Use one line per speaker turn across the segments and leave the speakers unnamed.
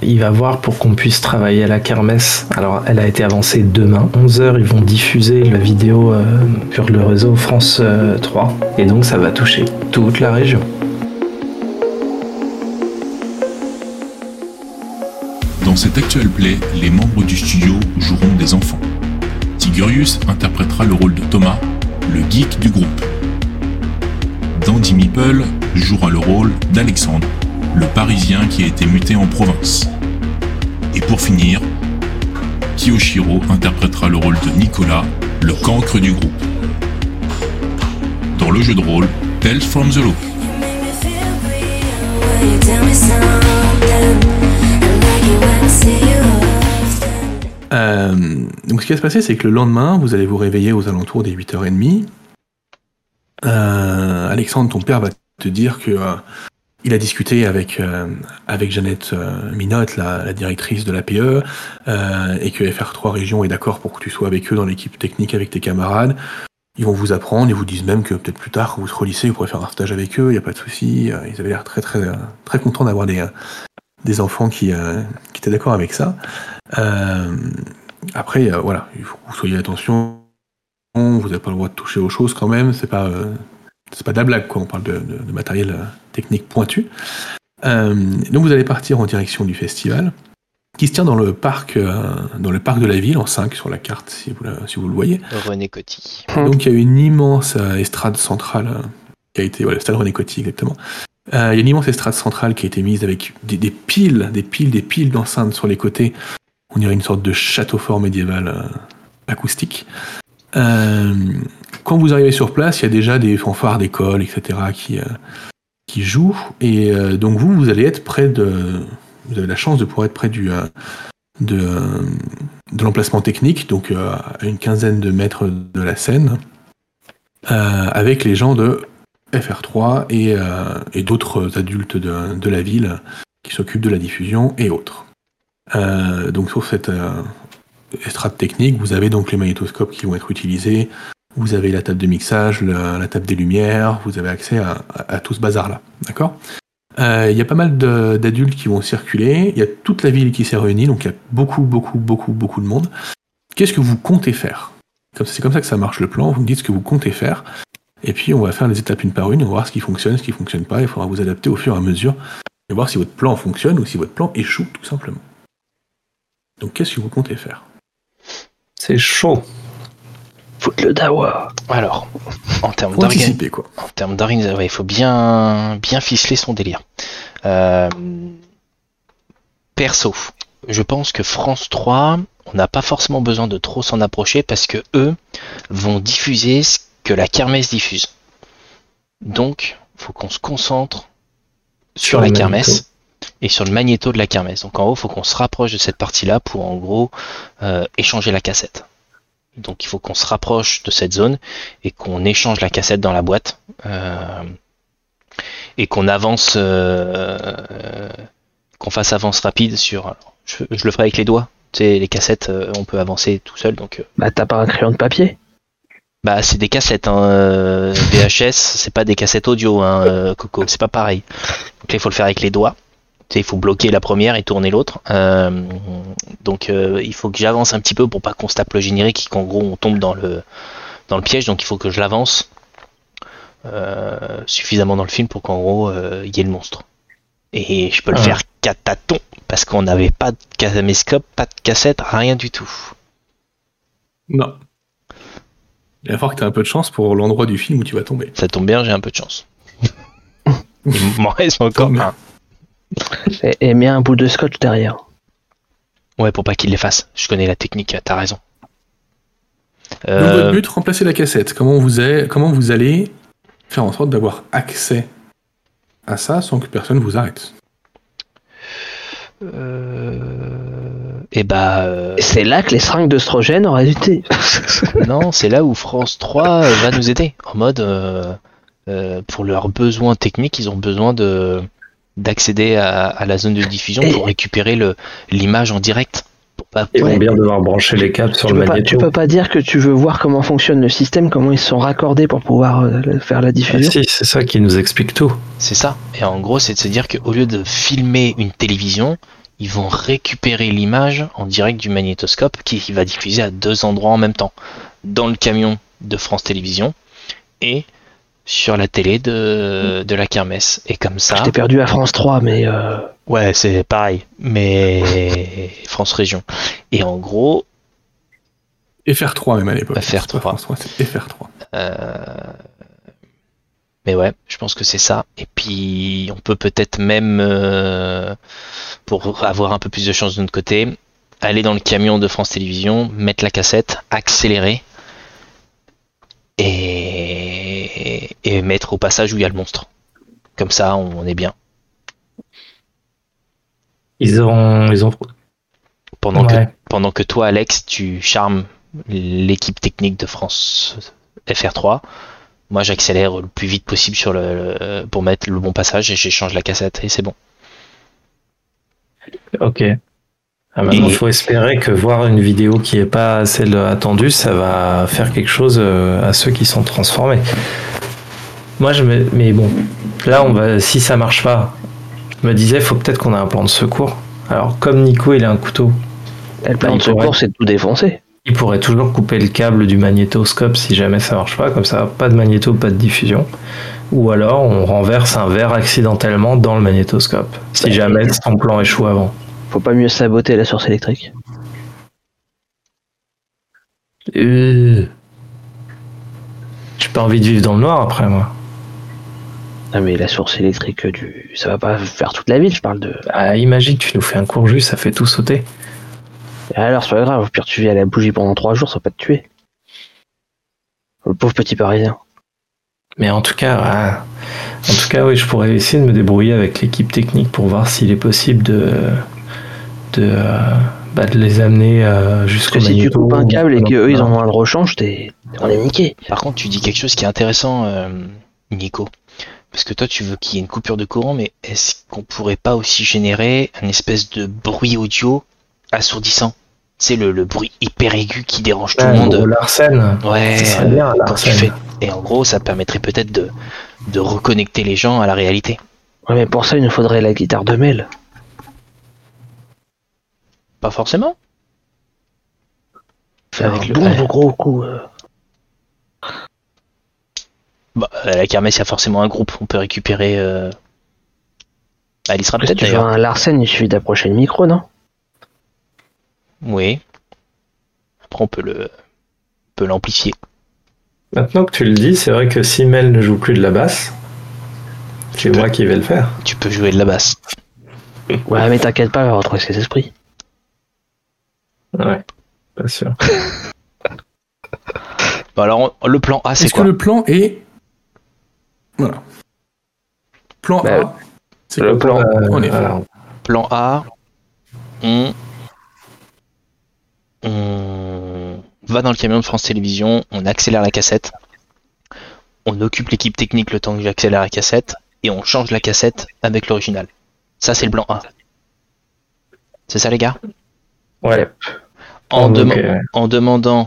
il va voir pour qu'on puisse travailler à la kermesse. Alors, elle a été avancée demain. 11h, ils vont diffuser la vidéo sur le réseau France 3. Et donc, ça va toucher toute la région.
Dans cet actual play, les membres du studio joueront des enfants. Tigurius interprétera le rôle de Thomas, le geek du groupe. Dandy Meeple jouera le rôle d'Alexandre, le Parisien qui a été muté en province. Et pour finir, Kiyoshiro interprétera le rôle de Nicolas, le cancre du groupe. Dans le jeu de rôle Tales from the Loop.
Donc ce qui va se passer, c'est que le lendemain, vous allez vous réveiller aux alentours des 8h30. Alexandre, ton père, va te dire que il a discuté avec Jeannette Minotte, la directrice de l'APE, et que FR3 Région est d'accord pour que tu sois avec eux dans l'équipe technique avec tes camarades. Ils vont vous apprendre, ils vous disent même que peut-être plus tard, quand vous serez au lycée, vous pourrez faire un stage avec eux, il n'y a pas de souci. Ils avaient l'air très, très, très contents d'avoir des enfants qui étaient d'accord avec ça. Après, voilà, il faut que vous soyez attention. Vous n'avez pas le droit de toucher aux choses quand même. C'est pas de la blague, quoi. On parle de matériel technique pointu. Donc vous allez partir en direction du festival, qui se tient dans le parc de la ville, en 5 sur la carte, si vous le voyez.
René Coty.
Donc il y a une immense estrade centrale qui a été, voilà, le stade René Coty exactement. Il y a une immense estrade centrale qui a été mise avec des piles d'enceintes sur les côtés. On dirait une sorte de château fort médiéval acoustique. Quand vous arrivez sur place, il y a déjà des fanfares d'école, etc. qui jouent. Et donc vous allez être vous avez la chance de pouvoir être près de l'emplacement technique, donc à une quinzaine de mètres de la scène, avec les gens de FR3 et d'autres adultes de la ville qui s'occupent de la diffusion et autres. Donc sur cette estrade technique, vous avez donc les magnétoscopes qui vont être utilisés, vous avez la table de mixage, la table des lumières, vous avez accès à tout ce bazar-là, d'accord ? Il y a pas mal d'adultes qui vont circuler, il y a toute la ville qui s'est réunie, donc il y a beaucoup de monde. Qu'est-ce que vous comptez faire ? C'est comme ça que ça marche le plan, vous me dites ce que vous comptez faire, et puis on va faire les étapes une par une, on va voir ce qui fonctionne, ce qui fonctionne pas, il faudra vous adapter au fur et à mesure, et voir si votre plan fonctionne ou si votre plan échoue, tout simplement. Donc qu'est-ce que vous comptez faire ?
C'est chaud.
Foutre le dawa.
Alors, en termes d'organisation, il faut bien ficeler son délire. Perso, je pense que France 3, on n'a pas forcément besoin de trop s'en approcher parce que eux vont diffuser ce que la kermesse diffuse. Donc, faut qu'on se concentre sur la kermesse et sur le magnéto de la kermesse. Donc en haut, il faut qu'on se rapproche de cette partie-là pour en gros échanger la cassette. Donc il faut qu'on se rapproche de cette zone et qu'on échange la cassette dans la boîte et qu'on avance, qu'on fasse avance rapide sur. Je le ferai avec les doigts. Tu sais, les cassettes, on peut avancer tout seul. Donc.
Bah t'as pas un crayon de papier ?
Bah c'est des cassettes, hein. VHS, c'est pas des cassettes audio, hein, Coco, c'est pas pareil. Donc là il faut le faire avec les doigts. Tu sais, il faut bloquer la première et tourner l'autre. Donc il faut que j'avance un petit peu pour pas qu'on se tape le générique et qu'en gros on tombe dans le piège. Donc il faut que je l'avance suffisamment dans le film pour qu'en gros il y ait le monstre. Et je peux le faire cataton parce qu'on n'avait pas de caméscope, pas de cassette, rien du tout.
Non. Il va falloir que tu aies un peu de chance pour l'endroit du film où tu vas tomber.
Ça tombe bien, j'ai un peu de chance. Il m'en reste encore un.
Et mets un bout de scotch derrière.
Ouais, pour pas qu'il l'efface. Je connais la technique, t'as raison.
Donc votre but, remplacer la cassette. Comment vous allez faire en sorte d'avoir accès à ça sans que personne vous arrête ?
C'est là que les seringues d'œstrogène auraient été.
Non, c'est là où France 3 va nous aider. En mode, pour leurs besoins techniques, ils ont besoin d'accéder à la zone de diffusion pour récupérer l'image en direct.
Ils vont bien devoir brancher les câbles sur le magnéto.
Tu peux pas dire que tu veux voir comment fonctionne le système, comment ils sont raccordés pour pouvoir faire la diffusion.
Si, c'est ça qui nous explique tout.
C'est ça. Et en gros, c'est de se dire qu'au lieu de filmer une télévision, ils vont récupérer l'image en direct du magnétoscope qui va diffuser à 2 endroits en même temps. Dans le camion de France Télévisions et sur la télé de la kermesse. Et comme ça...
Je t'ai perdu à France 3, mais...
Ouais, c'est pareil, mais France Région. Et en gros...
FR3 même à l'époque.
FR3.
France 3, c'est FR3.
Mais ouais, je pense que c'est ça. Et puis, on peut peut-être même, pour avoir un peu plus de chance de notre côté, aller dans le camion de France Télévisions, mettre la cassette, accélérer, et mettre au passage où il y a le monstre. Comme ça, on est bien.
Ils ont...
Pendant
Ouais.
que toi, Alex, tu charmes l'équipe technique de France FR3, moi j'accélère le plus vite possible pour mettre le bon passage et j'échange la cassette et c'est bon.
Ok. Maintenant, il faut espérer que voir une vidéo qui n'est pas celle attendue, ça va faire quelque chose à ceux qui sont transformés. Moi, mais bon, là, si ça marche pas, je me disais, il faut peut-être qu'on ait un plan de secours. Alors, comme Nico, il a un couteau,
Le plan de secours, c'est de tout défoncer.
il pourrait toujours couper le câble du magnétoscope si jamais ça marche pas, comme ça, pas de magnéto, pas de diffusion. Ou alors, on renverse un verre accidentellement dans le magnétoscope, si jamais son plan échoue avant.
Faut pas mieux saboter la source électrique.
J'ai pas envie de vivre dans le noir après, moi.
Ah mais la source électrique ça va pas faire toute la ville, je parle de...
Ah, imagine, tu nous fais un court jus, ça fait tout sauter.
Et alors, c'est pas grave, au pire tu vis à la bougie pendant 3 jours, ça va pas te tuer. Le pauvre petit Parisien.
Mais en tout cas, oui, je pourrais essayer de me débrouiller avec l'équipe technique pour voir s'il est possible de les amener jusqu'au
Parce que si tu
magnéto.
coupes un câble et qu'eux ils en ont un de rechange, on est niqué.
Par contre, tu dis quelque chose qui est intéressant, Nico. Parce que toi, tu veux qu'il y ait une coupure de courant, mais est-ce qu'on pourrait pas aussi générer un espèce de bruit audio assourdissant? C'est le bruit hyper aigu qui dérange tout le monde.
Larsen.
Ouais,
Ça serait bien,
quand tu
Larsen.
fais. Et en gros, ça permettrait peut-être de reconnecter les gens à la réalité.
Ouais, mais pour ça, il nous faudrait la guitare de Mel.
Pas forcément.
Faire
Avec
un bon gros coup.
Bah, à la kermesse, il y a forcément un groupe. On peut récupérer. Elle y sera
Si
peut-être
tu veux
d'ailleurs.
un Larsen, il suffit d'approcher le micro, non?
Oui. Après, on peut l'amplifier.
Maintenant que tu le dis, c'est vrai que si Mel ne joue plus de la basse, c'est moi qui vais le faire.
Tu peux jouer de la basse.
Ouais, mais t'inquiète pas, elle va retrouver ses esprits.
Ouais, pas sûr.
Bon, alors, le plan A, c'est
Est-ce que
quoi?
le plan est... Voilà. Plan
Bah,
A. C'est
le
quoi
plan,
En effet.
Alors,
Plan A, on va dans le camion de France Télévisions, on accélère la cassette, on occupe l'équipe technique le temps que j'accélère la cassette, et on change la cassette avec l'original. Ça, c'est le plan A. C'est ça, les gars?
ouais.
En
Ok.
demandant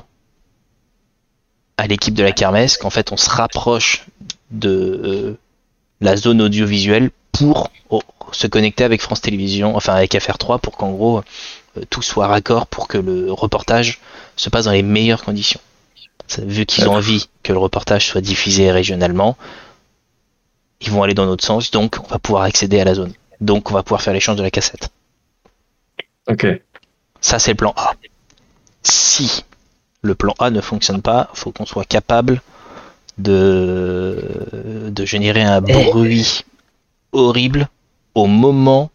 à l'équipe de la kermesse qu'en fait on se rapproche de la zone audiovisuelle pour se connecter avec France Télévisions, enfin avec FR3 pour qu'en gros tout soit raccord pour que le reportage se passe dans les meilleures conditions. Vu qu'ils ont envie que le reportage soit diffusé régionalement, ils vont aller dans notre sens, donc on va pouvoir accéder à la zone. Donc on va pouvoir faire l'échange de la cassette.
Ok.
Ça c'est le plan A. Si le plan A ne fonctionne pas, il faut qu'on soit capable de générer un bruit horrible au moment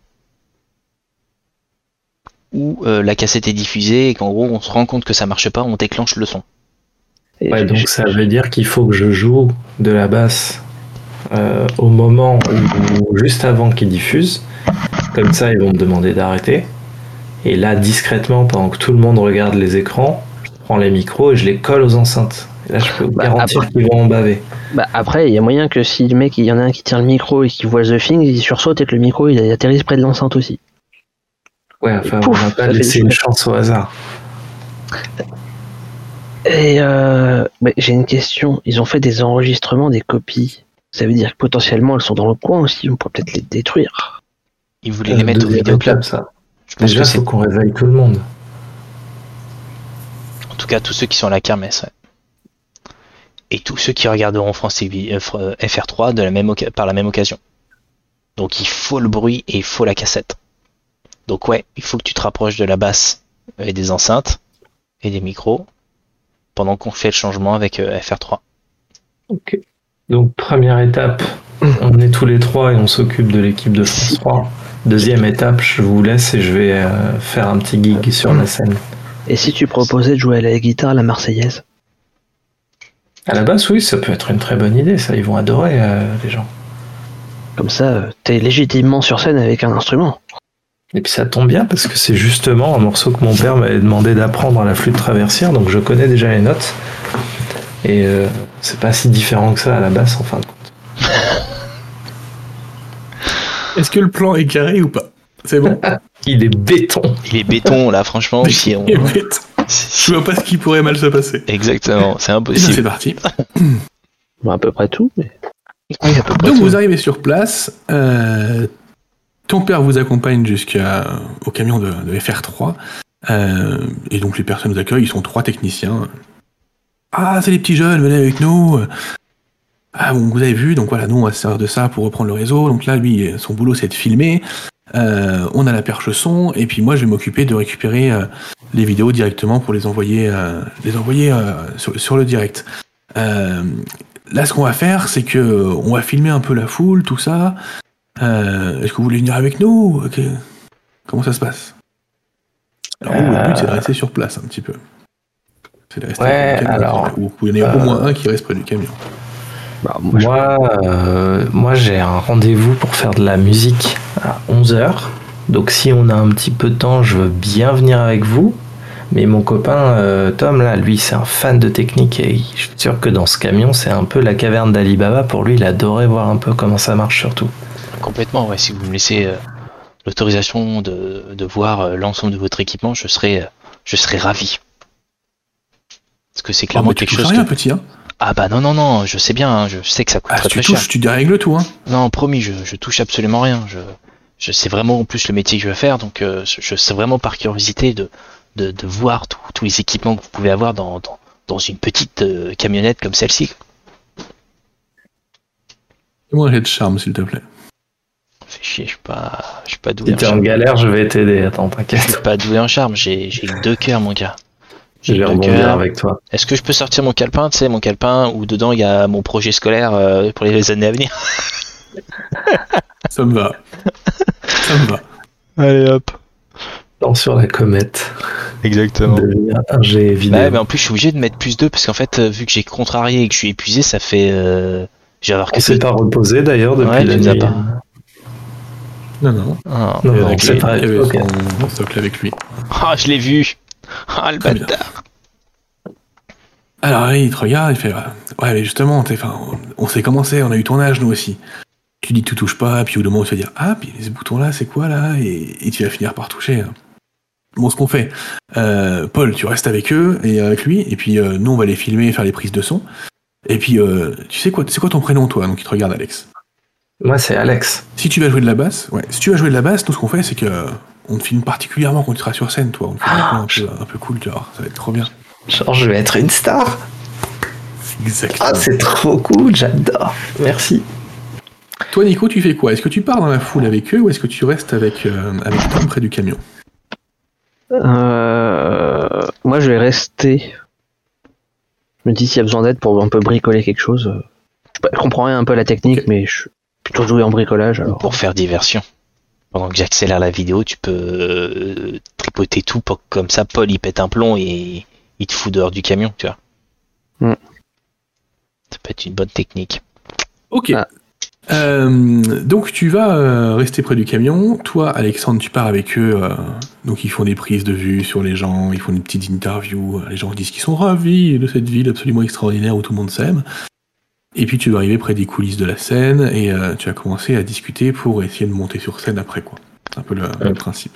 où la cassette est diffusée et qu'en gros on se rend compte que ça marche pas, on déclenche le son.
Ouais, donc ça veut dire qu'il faut que je joue de la basse au moment où juste avant qu'ils diffusent. Comme ça, ils vont me demander d'arrêter. Et là, discrètement, pendant que tout le monde regarde les écrans, je prends les micros et je les colle aux enceintes. Et là, je peux garantir qu'ils vont en baver.
Bah après, il y a moyen que si le mec, il y en a un qui tient le micro et qui voit The Thing, il sursaute et que le micro, il atterrisse près de l'enceinte aussi.
Ouais, enfin,
Pouf,
on va pas
ça fait
laisser
du
une
chouette.
chance au hasard.
Et j'ai une question. Ils ont fait des enregistrements, des copies. Ça veut dire que potentiellement, elles sont dans le coin aussi. On pourrait peut-être les détruire.
Ils voulaient les mettre au
Deuxième
vidéoclub.
étape, ça.
Je pense
Déjà,
que
il faut qu'on réveille tout le monde.
en tout cas tous ceux qui sont à la kermesse. Ouais. Et tous ceux qui regarderont France TV, FR3 par la même occasion. Donc il faut le bruit et il faut la cassette. Donc ouais, il faut que tu te rapproches de la basse et des enceintes et des micros pendant qu'on fait le changement avec FR3.
Ok. Donc, première étape, on est tous les trois et on s'occupe de l'équipe de France 3. Deuxième étape, je vous laisse et je vais faire un petit gig sur la scène.
Et si tu proposais de jouer à la guitare à la Marseillaise?
À la base, oui, ça peut être une très bonne idée, ça, ils vont adorer les gens.
Comme ça, t'es légitimement sur scène avec un instrument.
Et puis ça tombe bien parce que c'est justement un morceau que mon père m'avait demandé d'apprendre à la flûte traversière, donc je connais déjà les notes. Et c'est pas si différent que ça à la basse en fin de compte.
Est-ce que le plan est carré ou pas? C'est bon.
Il est béton.
Il est béton là, franchement. Si on...
Il est bête. Je vois pas ce qui pourrait mal se passer.
Exactement, c'est
Et bien,
impossible.
c'est parti.
Bon, à peu près tout, mais...
Oui, à peu près
Donc
tout.
vous arrivez sur place. Ton père vous accompagne jusqu'au camion de FR3. Et donc les personnes vous accueillent. Ils sont 3 techniciens. Ah, c'est les petits jeunes, venez avec nous. Ah, bon, vous avez vu, donc voilà, nous on va se servir de ça pour reprendre le réseau. Donc là, lui, son boulot c'est de filmer. On a la perche son, et puis moi je vais m'occuper de récupérer les vidéos directement pour les envoyer sur le direct. Là, ce qu'on va faire, c'est que on va filmer un peu la foule, tout ça. Est-ce que vous voulez venir avec nous? Ok. Comment ça se passe? Alors, le but c'est de rester sur place un petit peu. C'est de rester
Ouais,
près du camion,
alors,
ou il y en a au moins un qui reste près du camion.
Bah,
Moi, j'ai un rendez-vous pour faire de la musique à 11h. Donc si on a un petit peu de temps, je veux bien venir avec vous. Mais mon copain Tom, là, lui, c'est un fan de technique et je suis sûr que dans ce camion, c'est un peu la caverne d'Ali Baba. Pour lui, il adorait voir un peu comment ça marche surtout.
Complètement, ouais. Si vous me laissez l'autorisation de voir l'ensemble de votre équipement, je serai ravi. Parce que c'est clairement
Tu
quelque
touches
chose
rien,
que...
petit, hein.
Ah bah non, je sais bien, hein, je sais que ça coûte
Ah,
très
si tu
très cher.
touches, tu dérègles tout, hein.
Non, promis, je touche absolument rien. Je sais vraiment en plus le métier que je vais faire, donc je sais vraiment par curiosité de voir tous les équipements que vous pouvez avoir dans une petite camionnette comme celle-ci.
Fais-moi un jet de charme, s'il te plaît.
Fais chier, je suis pas doué
Si
en
t'es en
charme.
galère, je vais t'aider. Attends,
Je
t'inquiète.
suis pas doué en charme, j'ai 2 cœurs, mon gars.
Je vais
J'ai 2
rebondir
cœurs.
avec toi.
Est-ce que je peux sortir mon calepin, tu sais, mon calepin où dedans il y a mon projet scolaire pour les années à venir?
Ça me va. Ça me va.
Allez hop.
Dans sur la comète.
Exactement.
Devenir un G vidéo.
Ouais, mais en plus je suis obligé de mettre +2 parce qu'en fait, vu que j'ai contrarié et que je suis épuisé, ça fait. Je vais avoir
On
que
s'est pas reposé d'ailleurs depuis
Ouais,
la
tu nous as
nuit.
pas.
Non.
Ah,
Non, non,
Avec
c'est
lui,
pas.
il y avait
Ok.
son socle avec lui.
Ah, je l'ai vu. Ah, le
Très bien.
bâtard.
Alors là, il te regarde, il fait ouais, mais justement, on sait comment c'est, on a eu ton âge, nous aussi. Tu dis que tu touches pas, puis au moment où tu vas dire ah, puis ce bouton-là, c'est quoi là, et tu vas finir par toucher. Bon, ce qu'on fait, Paul, tu restes avec eux et avec lui, et puis nous, on va les filmer et faire les prises de son. Et puis, tu sais quoi, c'est quoi ton prénom, toi? Donc, il te regarde, Alex.
Moi, c'est Alex.
Si tu vas jouer de la basse, nous, ce qu'on fait, c'est que on te filme particulièrement quand tu seras sur scène, toi. On te filme un peu cool, tu vois. Ça va être trop bien.
Genre, je vais être une star.
Exactement.
Ah, c'est trop cool, j'adore. Merci.
Toi, Nico, tu fais quoi? Est-ce que tu pars dans la foule avec eux ou est-ce que tu restes avec Tom près du camion?
Moi, je vais rester. Je me dis s'il y a besoin d'aide pour un peu bricoler quelque chose. Je comprends rien un peu à la technique,
Ok.
mais je suis plutôt doué en bricolage.
Ou
Alors.
pour faire diversion. Pendant que j'accélère la vidéo, tu peux tripoter tout pour que comme ça, Paul il pète un plomb et il te fout dehors du camion, tu vois. Ça peut être une bonne technique.
Ok.
Ah.
Donc tu vas rester près du camion. Toi, Alexandre, tu pars avec eux. Donc ils font des prises de vue sur les gens, ils font des petites interviews. Les gens disent qu'ils sont ravis de cette ville absolument extraordinaire où tout le monde s'aime. Et puis tu vas arriver près des coulisses de la scène et tu vas commencer à discuter pour essayer de monter sur scène après, quoi. C'est un peu le principe.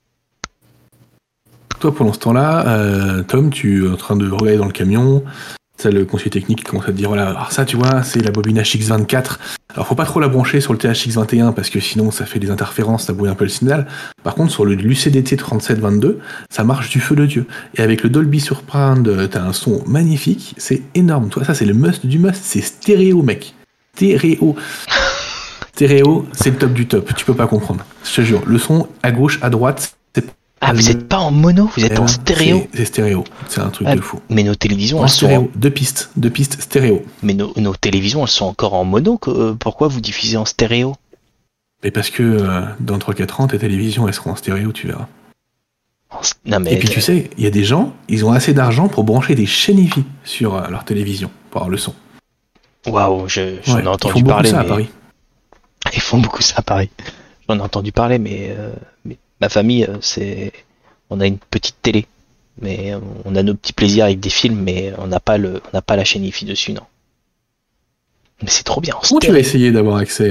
Toi, pendant ce temps-là, Tom, tu es en train de regarder dans le camion. Ça, le conseiller technique commence à te dire, voilà, alors ça, tu vois, c'est la bobine HX24. Alors, faut pas trop la brancher sur le THX21 parce que sinon, ça fait des interférences, ça brouille un peu le signal. Par contre, sur le l'UCDT 3722, ça marche du feu de Dieu. Et avec le Dolby Surround, t'as un son magnifique, c'est énorme. Toi, ça, c'est le must du must, c'est stéréo, mec. Stéréo. Stéréo, c'est le top du top, tu peux pas comprendre. Je te jure, le son à gauche, à droite, c'est
Ah, vous êtes pas en mono, vous êtes en stéréo.
C'est stéréo, c'est un truc de fou.
Mais nos télévisions,
En
elles sont.
stéréo, deux pistes stéréo.
Mais nos télévisions, elles sont encore en mono. Pourquoi vous diffusez en stéréo?
Mais parce que dans 3-4 ans, tes télévisions, elles seront en stéréo, tu verras.
Non, mais.
Et puis tu sais, il y a des gens, ils ont assez d'argent pour brancher des chaînes IFI sur leur télévision, pour avoir le son.
Waouh, j'en ai
Ils
entendu
font beaucoup
parler.
ça à
Mais...
Paris.
Ils font beaucoup ça à Paris. J'en ai entendu parler, mais ma famille, on a une petite télé, mais on a nos petits plaisirs avec des films, mais on n'a pas la chaîne IFI dessus, non. Mais c'est trop bien.
Comment tu vas essayer d'avoir accès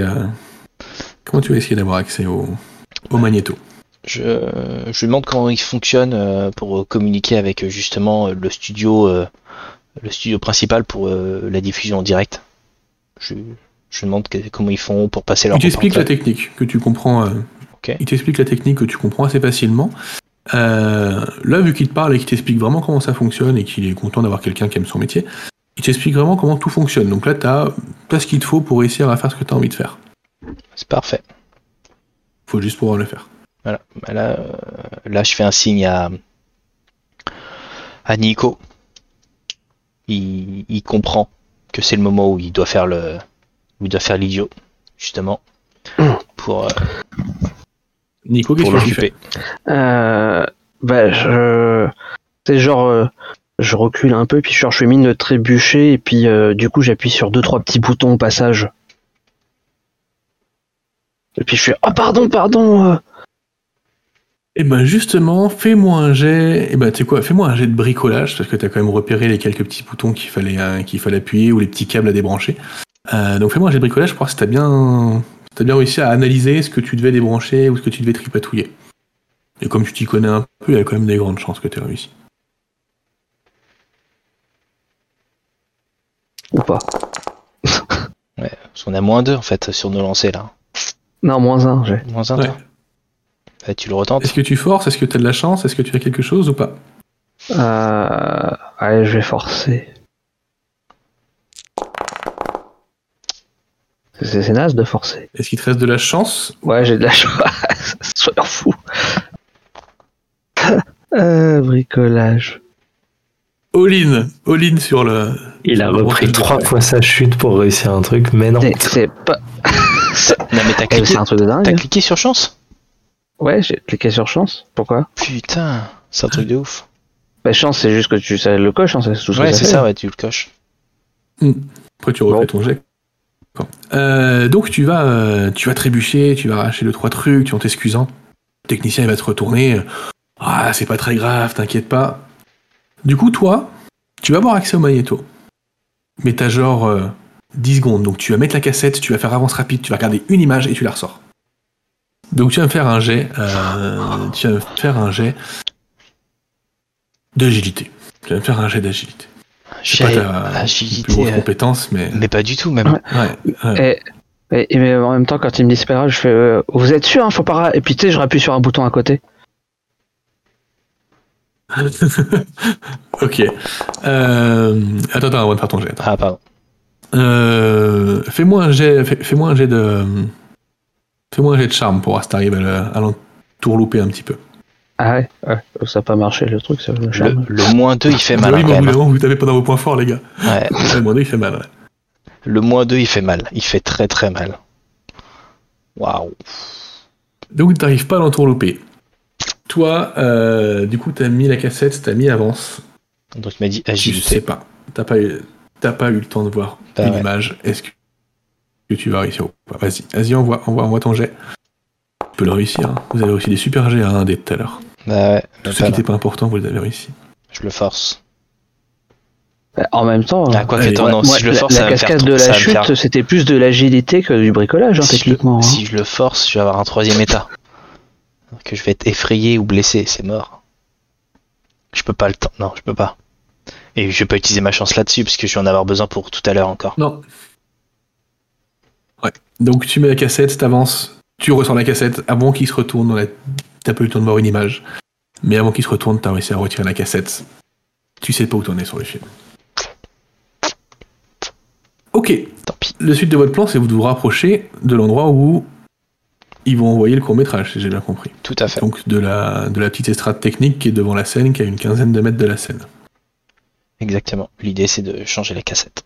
au magnéto?
Je lui demande comment il fonctionne pour communiquer avec justement le studio principal pour la diffusion en direct. Je demande comment ils font pour passer leur
Il t'explique la
reportage.
technique que tu comprends.
Ok.
Il t'explique la technique que tu comprends assez facilement. Là, vu qu'il te parle et qu'il t'explique vraiment comment ça fonctionne et qu'il est content d'avoir quelqu'un qui aime son métier, il t'explique vraiment comment tout fonctionne. Donc là, t'as ce qu'il te faut pour réussir à faire ce que t'as envie de faire.
C'est parfait.
Faut juste pouvoir le faire.
Voilà. Là, je fais un signe à Nico. Il comprend que c'est le moment où il doit faire l'idiot, justement, pour
Nico, qu'est-ce que tu fais?
C'est genre, je recule un peu, puis je fais mine de trébucher, et puis du coup j'appuie sur 2-3 petits boutons au passage. Et puis je fais, oh pardon.
Et ben justement, fais-moi un jet. Et ben tu sais quoi, fais-moi un jet de bricolage parce que t'as quand même repéré les quelques petits boutons qu'il fallait appuyer ou les petits câbles à débrancher. Donc fais-moi un jet de bricolage pour voir si t'as bien réussi à analyser ce que tu devais débrancher ou ce que tu devais tripatouiller. Et comme tu t'y connais un peu, il y a quand même des grandes chances que t'aies réussi.
Ou pas.
Ouais, parce qu'on a -2 en fait sur nos lancers là.
Non, -1, j'ai.
-1,
Ouais.
toi. Tu le retentes.
Est-ce que tu forces? Est-ce que t'as de la chance? Est-ce que tu as quelque chose ou pas?
Allez, je vais forcer. C'est naze de forcer.
Est-ce qu'il te reste de la chance?
Ouais, j'ai de la chance. Soyons fous. Bricolage.
All-in sur le...
Il a repris 3 fois sa chute pour réussir un truc, mais non.
C'est pas.
Non mais t'as cliqué,
C'est un truc de dingue.
t'as cliqué sur chance?
Ouais, j'ai cliqué sur chance. Pourquoi?
Putain, c'est un truc de ouf.
Bah, chance, c'est juste que ça le coche, hein, c'est tout ce
Ouais,
que
c'est
fait.
ça, ouais, tu le coches.
Après tu refais ton jet. Donc tu vas trébucher, tu vas arracher 2-3 trucs, tu en t'excusant. Le technicien il va te retourner. Ah, c'est pas très grave, t'inquiète pas. Du coup, toi, tu vas avoir accès au magnéto. Mais t'as genre 10 secondes. Donc tu vas mettre la cassette, tu vas faire avance rapide, tu vas regarder une image et tu la ressors. Donc tu vas me faire un jet. D'agilité. Tu vas me faire un jet d'agilité. C'est pas ta plus grosse compétence, mais...
Mais pas du tout, même.
Ouais.
Mais en même temps, quand il me dit c'est pas grave, je fais vous êtes sûr, hein, faut pas. Et puis tu sais, je rappuie sur un bouton à côté.
Ok. Attends, avant de faire ton jet. Attends.
Ah, pardon.
Fais-moi un jet de charme pour voir si t'arrives à l'entourlouper un petit peu.
Ah ouais, ça n'a pas marché le truc, ça, le charme.
Le -2, il fait mal.
Oui,
hein,
mais
quand
au bout
même.
d'un moment, vous tapez pas dans vos points forts, les gars.
Ouais.
Le -2, il fait mal, ouais.
Le -2, il fait mal. Il fait très très mal. Waouh.
Donc, t'arrives pas à l'entourlouper. Toi, du coup, t'as mis la cassette, t'as mis avance.
Donc il m'a dit
Je
agilité.
sais pas. T'as pas eu le temps de voir
Bah
une
ouais.
image. Est-ce que tu vas réussir ou pas? Vas-y, envoie ton jet. Tu peux le réussir. Hein. Vous avez réussi des super jets à 1 dès tout à l'heure.
Bah ouais.
Tout ce qui n'était pas important, vous les avez réussi.
Je le force.
En même temps,
Ah, quoi que
allez,
attends, non, si je le force, ça
la
va me faire
cascade de la
ça va me
chute,
faire-
c'était plus de l'agilité que du bricolage, hein,
si
techniquement.
si je le force, je vais avoir un 3e état. Que je vais être effrayé ou blessé, c'est mort. Je peux pas le temps. Non, je peux pas. Et je vais pas utiliser ma chance là-dessus parce que je vais en avoir besoin pour tout à l'heure encore.
Non. Ouais. Donc tu mets la cassette, t'avances, tu ressors la cassette avant qu'il se retourne. T'as pas eu le temps de voir une image. Mais avant qu'il se retourne, t'as réussi à retirer la cassette. Tu sais pas où t'en es sur le film. Ok.
Tant pis.
Le suite de votre plan, c'est vous rapprocher de l'endroit où ils vont envoyer le court-métrage, si j'ai bien compris.
Tout à fait.
Donc de la petite estrade technique qui est devant la scène, qui a une quinzaine de mètres de la scène.
Exactement. L'idée, c'est de changer la cassette.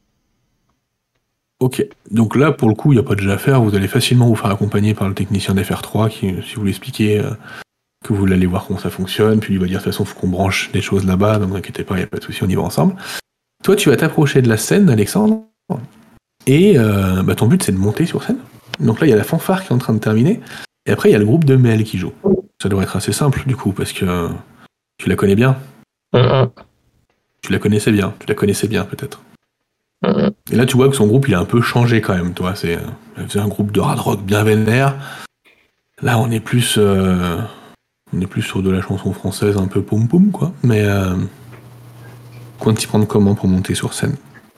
Ok. Donc là, pour le coup, il n'y a pas de jeu à faire. Vous allez facilement vous faire accompagner par le technicien d'FR3 qui, si vous lui expliquez que vous allez voir comment ça fonctionne, puis il va dire de toute façon, il faut qu'on branche des choses là-bas, donc ne vous inquiétez pas, il n'y a pas de souci, on y va ensemble. Toi, tu vas t'approcher de la scène, Alexandre, et ton but, c'est de monter sur scène. Donc là, il y a la fanfare qui est en train de terminer, et après, il y a le groupe de Mel qui joue. Ça devrait être assez simple, du coup, parce que tu la connais bien. Tu la connaissais bien, peut-être. Et là, tu vois que son groupe, il a un peu changé quand même, toi. C'est un groupe de hard rock bien vénère. Là, on est plus sur de la chanson française un peu poum-poum, quoi. Mais compte t'y prendre comment pour monter sur scène?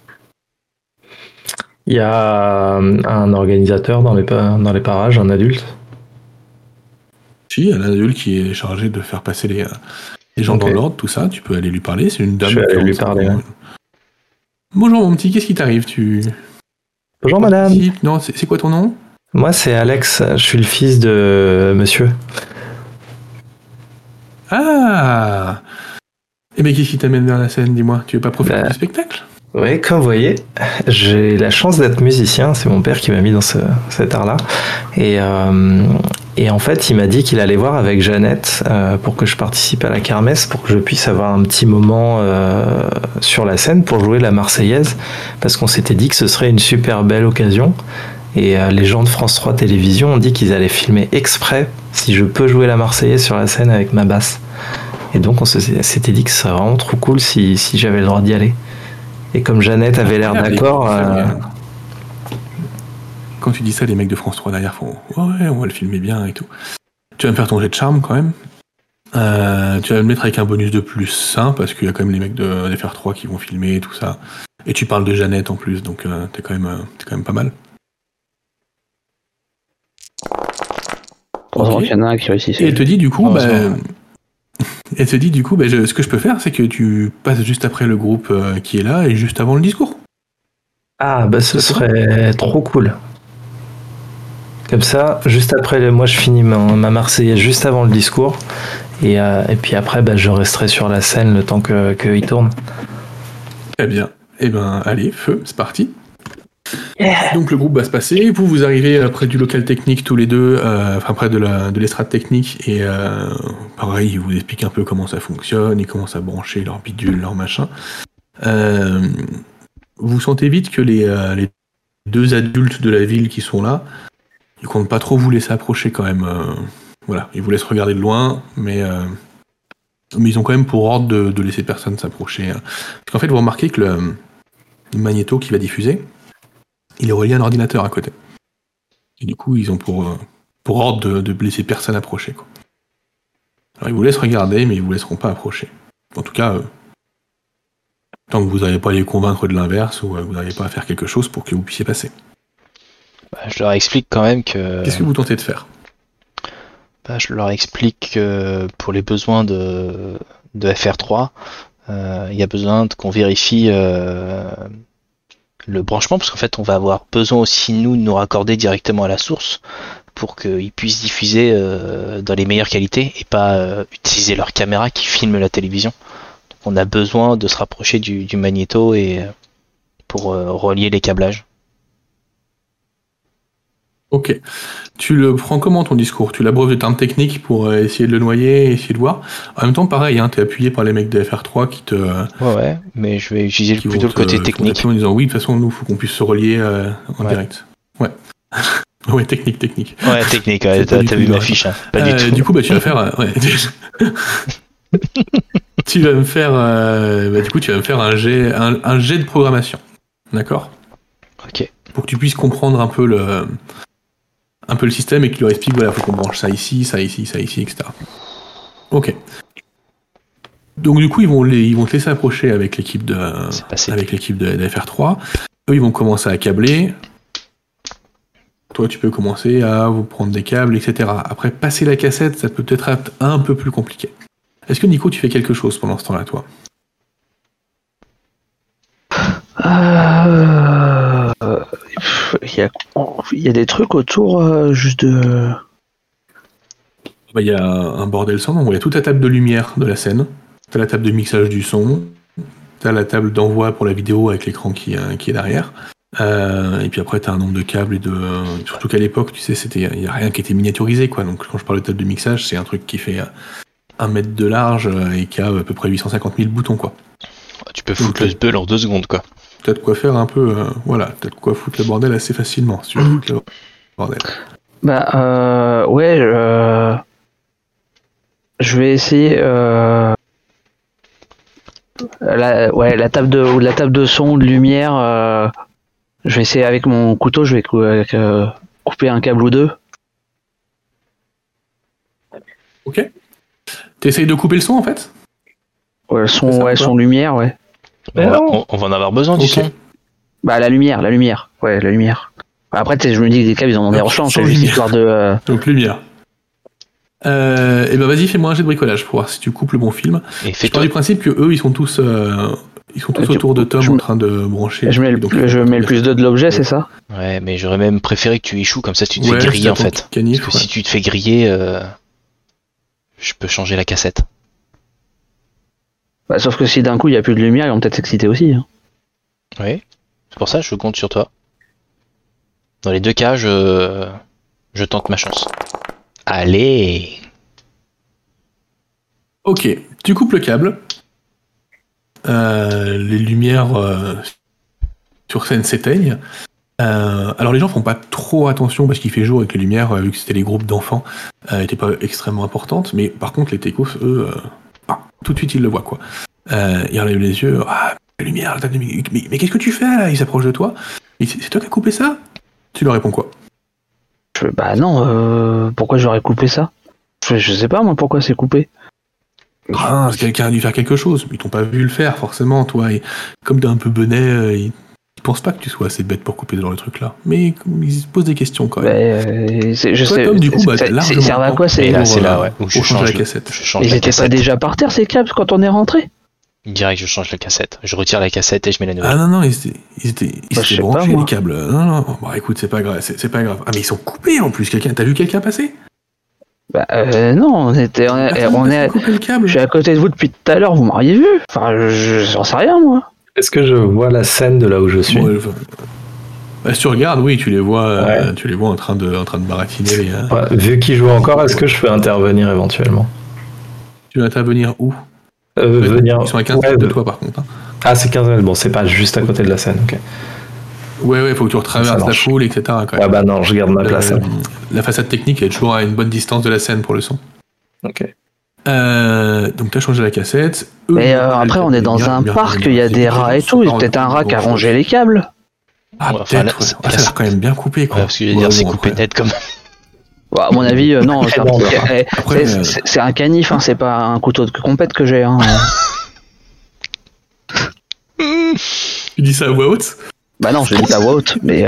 Il y a un organisateur dans les parages, un adulte.
Si, il y a un adulte qui est chargé de faire passer les gens dans l'ordre, tout ça. Tu peux aller lui parler. C'est une dame.
Je vais aller lui parler.
Bonjour mon petit, qu'est-ce qui t'arrive?
Bonjour madame.
Non, c'est quoi ton nom?
Moi c'est Alex, je suis le fils de monsieur.
Ah. Eh bien qu'est-ce qui t'amène vers la scène, dis-moi? Tu veux pas profiter du spectacle?
Oui, comme vous voyez, j'ai la chance d'être musicien, c'est mon père qui m'a mis dans cet art-là. Et en fait, il m'a dit qu'il allait voir avec Jeannette pour que je participe à la kermesse, pour que je puisse avoir un petit moment sur la scène pour jouer la Marseillaise, parce qu'on s'était dit que ce serait une super belle occasion. Et les gens de France 3 Télévisions ont dit qu'ils allaient filmer exprès si je peux jouer la Marseillaise sur la scène avec ma basse. Et donc on s'était dit que ce serait vraiment trop cool si j'avais le droit d'y aller. Et comme Jeannette avait l'air d'accord...
Quand tu dis ça, les mecs de France 3 derrière font « Ouais, on va le filmer bien et tout ». Tu vas me faire ton jet de charme quand même. Tu vas me mettre avec un bonus de plus 1 parce qu'il y a quand même les mecs de FR3 qui vont filmer et tout ça. Et tu parles de Jeannette en plus, donc t'es quand même pas mal.
Heureusement qu'il y en a un qui réussit.
Et elle te dit du coup, ce que je peux faire, c'est que tu passes juste après le groupe qui est là et juste avant le discours.
Ah, bah ce serait trop cool. Comme ça, juste après, moi je finis ma Marseillaise juste avant le discours. Et puis après, je resterai sur la scène le temps qu'il tourne.
Très bien. Eh ben, allez, feu, c'est parti. Yeah. Donc le groupe va se passer, vous arrivez près du local technique tous les deux, près de l'estrade technique, et pareil, il vous explique un peu comment ça fonctionne, ils commencent à brancher leur bidule, leur machin. Vous sentez vite que les deux adultes de la ville qui sont là, ils comptent pas trop vous laisser approcher quand même. Voilà, ils vous laissent regarder de loin, mais ils ont quand même pour ordre de laisser personne s'approcher. Parce qu'en fait, vous remarquez que le magnéto qui va diffuser, il est relié à un ordinateur à côté. Et du coup, ils ont pour ordre de laisser personne approcher, quoi. Alors, ils vous laissent regarder, mais ils vous laisseront pas approcher. En tout cas, tant que vous n'arrivez pas à les convaincre de l'inverse, ou vous n'arrivez pas à faire quelque chose pour que vous puissiez passer.
Je leur explique quand même que...
Qu'est-ce que vous tentez de faire?
Je leur explique que pour les besoins de FR3, il y a besoin qu'on vérifie... le branchement, parce qu'en fait on va avoir besoin aussi nous de nous raccorder directement à la source pour qu'ils puissent diffuser dans les meilleures qualités et pas utiliser leur caméra qui filme la télévision. Donc on a besoin de se rapprocher du magnéto et pour relier les câblages.
Ok. Tu le prends comment ton discours? Tu l'abreuves de termes techniques pour essayer de le noyer, essayer de voir. En même temps, pareil, t'es appuyé par les mecs de FR3 qui te...
Ouais, mais je vais utiliser plutôt le côté technique.
En disant oui, de toute façon, nous, faut qu'on puisse se relier en direct. Ouais. Ouais, technique.
Ouais, technique, ouais, t'as vu ma fiche, hein. Pas du tout.
Du coup, tu vas faire... tu vas me faire... tu vas me faire un jet de programmation. D'accord?
Ok.
Pour que tu puisses comprendre un peu le système et qu'il leur explique, voilà, faut qu'on branche ça ici, etc. Ok. Donc du coup, ils vont te laisser approcher avec l'équipe de FR3. Eux, ils vont commencer à câbler. Toi, tu peux commencer à vous prendre des câbles, etc. Après, passer la cassette, ça peut peut-être être un peu plus compliqué. Est-ce que Nico, tu fais quelque chose pendant ce temps-là, toi ?
Il y a des trucs autour juste de...
Il y a un bordel sans nom. Il y a toute la table de lumière de la scène. T'as la table de mixage du son. T'as la table d'envoi pour la vidéo avec l'écran qui est derrière. Et puis après, t'as un nombre de câbles et de... Surtout qu'à l'époque, tu sais, il n'y a rien qui était miniaturisé, quoi. Donc quand je parle de table de mixage, c'est un truc qui fait 1 mètre de large et qui a à peu près 850 000 boutons, quoi.
Tu peux foutre le spell en 2 secondes, quoi.
T'as de quoi faire un peu... t'as de quoi foutre le bordel assez facilement, si tu veux foutre le bordel.
Je vais essayer... la table de son, de lumière... Je vais essayer avec mon couteau, je vais couper un câble ou 2.
Ok. T'essayes de couper le son, en fait ?
Ouais, le son, son lumière, ouais.
On va en avoir besoin du son.
Bah la lumière. Ouais, la lumière. Après, je me dis que des câbles, ils en ont des rechanges, c'est juste histoire de...
Donc lumière. Et ben vas-y, fais-moi un jet de bricolage pour voir si tu coupes le bon film. Je pars du principe que eux, ils sont tous autour de Tom en train de brancher.
Je mets le plus 2 de l'objet, c'est ça ?
Ouais, mais j'aurais même préféré que tu échoues, comme ça tu te fais griller en fait.
Canif,
parce que si tu te fais griller, je peux changer la cassette.
Bah, sauf que si d'un coup il n'y a plus de lumière, ils vont peut-être s'exciter aussi. Hein.
Oui, c'est pour ça que je compte sur toi. Dans les 2 cas, je tente ma chance. Allez.
Ok, tu coupes le câble. Les lumières sur scène s'éteignent. Alors les gens font pas trop attention parce qu'il fait jour et que les lumières, vu que c'était les groupes d'enfants, étaient pas extrêmement importantes. Mais par contre, les techos, eux, tout de suite ils le voient, quoi. Ils relèvent les yeux. Ah, la lumière, mais qu'est-ce que tu fais là ? Ils s'approchent de toi. C'est toi qui as coupé ça ? Tu leur réponds quoi ?
Bah non, pourquoi j'aurais coupé ça ? Je sais pas moi pourquoi c'est coupé.
Quelqu'un a dû faire quelque chose, ils t'ont pas vu le faire forcément, toi, et comme t'es un peu benet, ils pensent pas que tu sois assez bête pour couper dans le truc là, mais ils se posent des questions quand même.
Tom,
du coup, largement.
Ça à quoi c'est
là, ouais, où
pour changer la cassette.
Ils étaient pas déjà par terre ces câbles quand on est rentré ?
Direct, je change la cassette. Je retire la cassette et je mets la nouvelle.
Ah non, ils étaient branchés les câbles. Non, bah écoute, c'est pas grave. Ah mais ils sont coupés en plus. T'as vu quelqu'un passer ?
Bah non, on est je suis à côté de vous depuis tout à l'heure, vous m'auriez vu. Enfin, j'en sais rien moi.
Est-ce que je vois la scène de là où je suis ?
Si tu regardes, oui, tu les vois, tu les vois en train de baratiner les.
Vu qu'ils jouent encore, est-ce que je peux intervenir éventuellement ?
Tu veux intervenir où ?
Venir.
Ils sont à 15 mètres de toi par contre. Hein.
Ah, c'est 15 mètres. Bon, c'est pas juste à côté de la scène, ok.
Ouais, faut que tu retraverses la foule, etc. Quand même.
Ah bah non, je garde ma place.
La façade technique est toujours à une bonne distance de la scène pour le son.
Ok.
Donc t'as changé la cassette.
Mais après, on est dans un parc, il y a des rats et tout. Il y a peut-être un rat qui a rongé les câbles.
Ah, peut-être. Ça a l'air quand même bien coupé, quoi.
Ouais, parce que je veux dire, c'est coupé net comme.
À mon avis, non. C'est un canif, hein, c'est pas un couteau de compète que j'ai. Hein.
Tu dis ça à voix haute ?
Bah non, je le dis pas à voix haute, mais...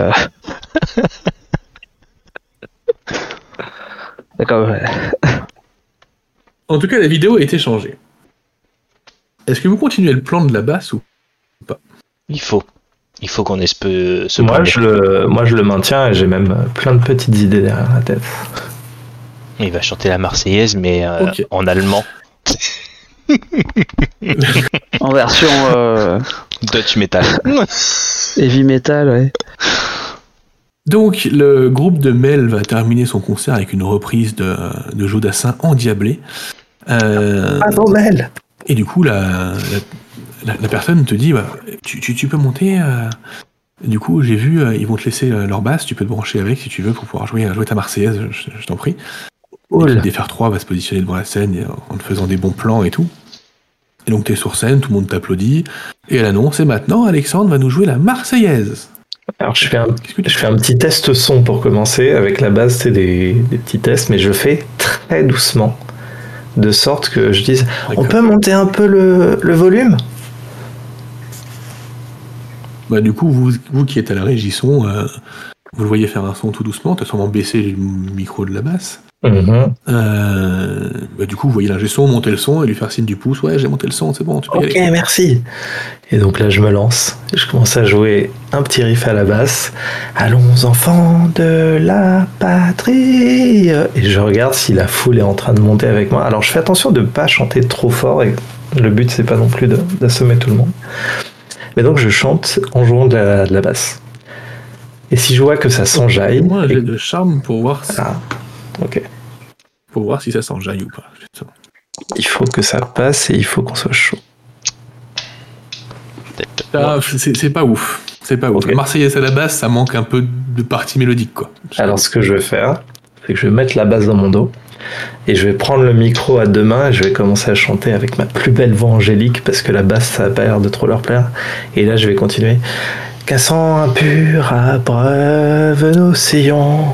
D'accord, ouais.
En tout cas, la vidéo a été changée. Est-ce que vous continuez le plan de la basse ou pas ?
Il faut qu'on ait ce
moi, je le maintiens et j'ai même plein de petites idées derrière la tête.
Il va chanter la Marseillaise, mais en allemand.
En version...
Dutch metal.
Heavy metal, ouais.
Donc, le groupe de Mel va terminer son concert avec une reprise de Jodassin endiablé.
Attends, Mel.
Et du coup, la personne te dit, tu peux monter. Du coup, j'ai vu, ils vont te laisser leur basse. Tu peux te brancher avec si tu veux pour pouvoir jouer ta Marseillaise. Je t'en prie. Et FR3 va se positionner devant la scène en te faisant des bons plans et tout. Et donc t'es sur scène, tout le monde t'applaudit, et elle annonce, et maintenant Alexandre va nous jouer la Marseillaise.
Alors je fais un petit test son pour commencer, avec la base c'est des petits tests, mais je fais très doucement, de sorte que je dise
D'accord.
on peut monter un peu le volume.
Bah, du coup, vous qui êtes à la régie son, vous le voyez faire un son tout doucement, t'as sûrement baissé le micro de la basse. Bah, du coup, vous voyez l'ingé son monter le son et lui faire signe du pouce. Ouais, j'ai monté le son, c'est bon, tu peux y
Ok,
aller.
merci. Et donc là, je me lance. Et je commence à jouer un petit riff à la basse. Allons, enfants de la patrie. Et je regarde si la foule est en train de monter avec moi. Alors, je fais attention de ne pas chanter trop fort. Et le but, c'est pas non plus d'assommer tout le monde. Mais donc, je chante en jouant de la basse. Et si je vois que ça s'enjaille.
Moi, un jet de charme pour voir si,
Ah, ok.
pour voir si ça s'enjaille ou pas. Justement.
Il faut que ça passe et il faut qu'on soit chaud.
Ah, c'est pas ouf. C'est pas ouf.
Ok.
La Marseillaise à la basse, ça manque un peu de partie mélodique, quoi.
Alors, ce que je vais faire, c'est que je vais mettre la basse dans mon dos et je vais prendre le micro à deux mains et je vais commencer à chanter avec ma plus belle voix angélique parce que la basse, ça a pas l'air de trop leur plaire. Et là, je vais continuer. Qu'un sang impur abreuve nos sillons.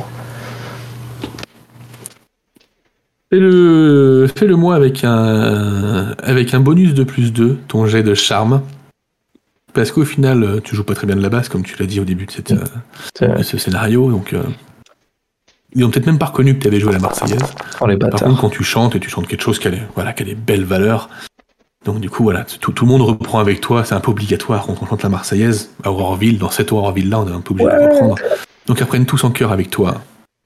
Fais-le moi avec un bonus de plus 2, ton jet de charme. Parce qu'au final, tu joues pas très bien de la basse, comme tu l'as dit au début de ce scénario, donc ils ont peut-être même pas reconnu que tu avais joué la Marseillaise.
Oh les
Par
bâtards.
contre, quand tu chantes quelque chose qui a des belles valeurs, donc du coup, voilà, tout le monde reprend avec toi, c'est un peu obligatoire quand on chante la Marseillaise, à Auroreville, dans cette Auroreville-là, on est un peu obligé de reprendre. Donc ils reprennent tous en chœur avec toi.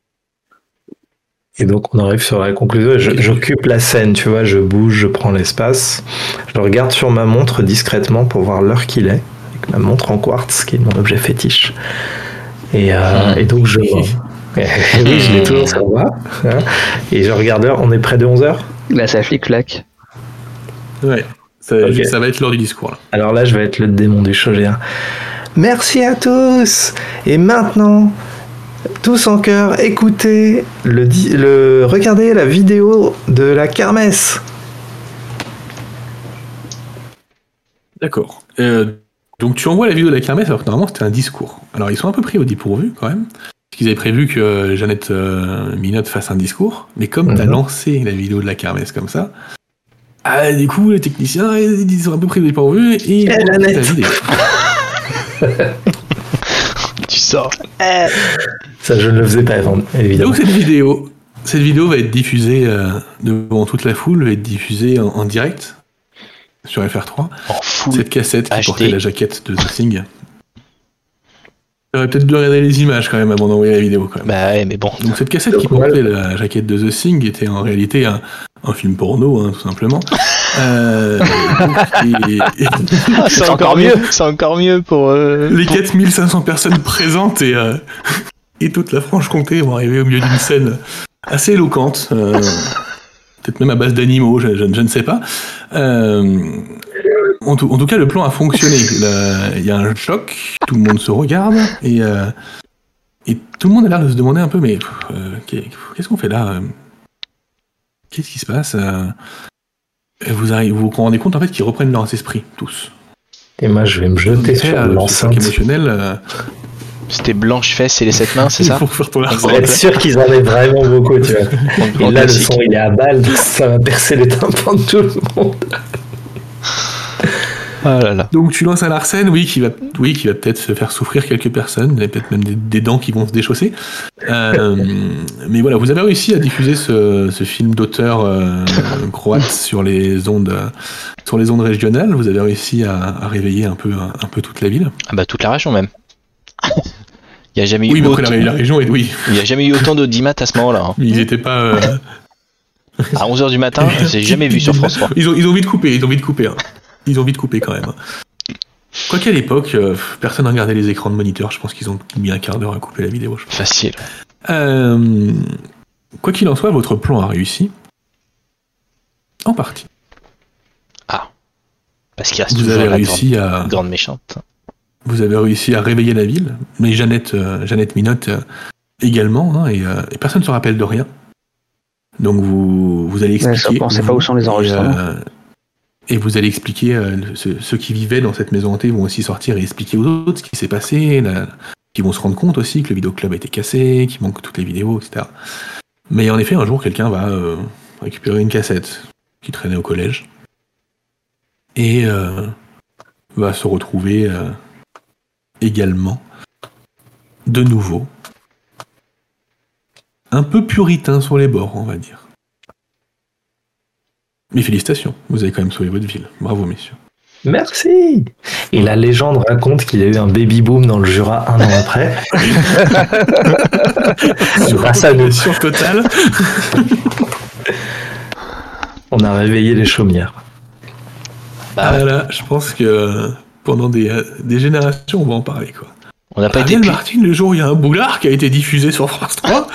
Et donc on arrive sur la conclusion. J'occupe la scène, tu vois, je bouge, je prends l'espace. Je regarde sur ma montre discrètement pour voir l'heure qu'il est, avec ma montre en quartz, qui est mon objet fétiche. Et donc je vois. Oui, je l'ai toujours sur moi. Hein. Et je regarde l'heure, on est près de 11h.
Là, ça flic-flac.
Ouais,
Ok.
ça va être l'heure du discours, là.
Alors là, je vais être le démon du show géant. Merci à tous. Et maintenant, tous en chœur, écoutez regardez la vidéo de la kermesse.
D'accord. Donc tu envoies la vidéo de la kermesse alors que normalement c'était un discours. Alors ils sont un peu pris au dépourvu quand même. Parce qu'ils avaient prévu que Jeannette Minotte fasse un discours. Mais comme t'as lancé la vidéo de la kermesse comme ça, du coup les techniciens ils sont un peu pris au dépourvu et ils ont
la
lancé la
nette.
vidéo.
Tu sors.
Ça, je ne le faisais pas avant, évidemment.
Donc cette vidéo va être diffusée devant toute la foule, va être diffusée en direct sur FR3.
En fou.
Cette cassette qui
HD.
portait la jaquette de The Thing. J'aurais peut-être dû regarder les images quand même avant d'envoyer la vidéo quand même.
Bah ouais, mais bon.
Donc cette cassette qui portait la jaquette de The Thing était en réalité un film porno, hein, tout simplement.
C'est encore mieux. C'est encore mieux pour.
Les 4500 personnes présentes et toute la Franche-Comté vont arriver au milieu d'une scène assez éloquente, peut-être même à base d'animaux, je ne sais pas. En tout cas, le plan a fonctionné. Il y a un choc, tout le monde se regarde et tout le monde a l'air de se demander un peu, mais qu'est-ce qu'on fait là Qu'est-ce qui se passe vous vous rendez compte en fait qu'ils reprennent leur esprit, tous.
Et moi, je vais me jeter sur
ce
l'enceinte.
choc émotionnel.
C'était Blanche Fesse et les 7 mains, c'est ça?
Pour faire ton
Pour être sûr qu'ils en aient vraiment beaucoup, tu vois. Et là, le son, il est à balle, donc ça va percer les tympans de tout le monde.
Ah là là.
Donc tu lances un Larsen, qui va peut-être se faire souffrir quelques personnes, il y a peut-être même des dents qui vont se déchausser. Mais voilà, vous avez réussi à diffuser ce film d'auteur croate sur les ondes régionales. Vous avez réussi à réveiller un peu toute la ville.
Ah bah toute la région même. Il y a jamais eu
Oui, mais
autant...
après la région, oui.
Il y a jamais eu autant d'audimat à ce moment-là. Hein.
Ils étaient pas.
À 11h du matin, j'ai jamais vu sur France 3.
Ils ont vite coupé. Hein. Ils ont vite coupé quand même. Quoi qu'à l'époque, personne ne regardait les écrans de moniteur. Je pense qu'ils ont mis un quart d'heure à couper la vidéo.
Facile.
Quoi qu'il en soit, votre plan a réussi. En partie.
Ah. Parce qu'il reste
Vous
toujours
avez
la
réussi à.
grande méchante.
Vous avez réussi à réveiller la ville, mais Jeannette Minotte également, hein, et personne ne se rappelle de rien. Donc vous allez expliquer.
On ne sait pas où sont les enregistrements.
Et vous allez expliquer, ceux qui vivaient dans cette maison hantée vont aussi sortir et expliquer aux autres ce qui s'est passé, qui vont se rendre compte aussi que le vidéoclub a été cassé, qu'il manque toutes les vidéos, etc. Mais en effet, un jour, quelqu'un va récupérer une cassette. qui traînait au collège. Et va se retrouver également, de nouveau, un peu puritain sur les bords, on va dire. Mais félicitations, vous avez quand même sauvé votre ville. Bravo, messieurs.
Merci. Et la légende raconte qu'il y a eu un baby-boom dans le Jura 1 an après. Grâce à nous.
Sur Total.
On a réveillé les chaumières.
Ah là, je pense que pendant des générations, on va en parler, quoi.
On n'a pas été
Ariel Martin, le jour où il y a un boulard qui a été diffusé sur France 3.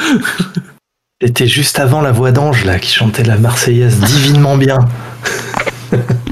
C'était juste avant la voix d'Ange, là, qui chantait la Marseillaise divinement bien.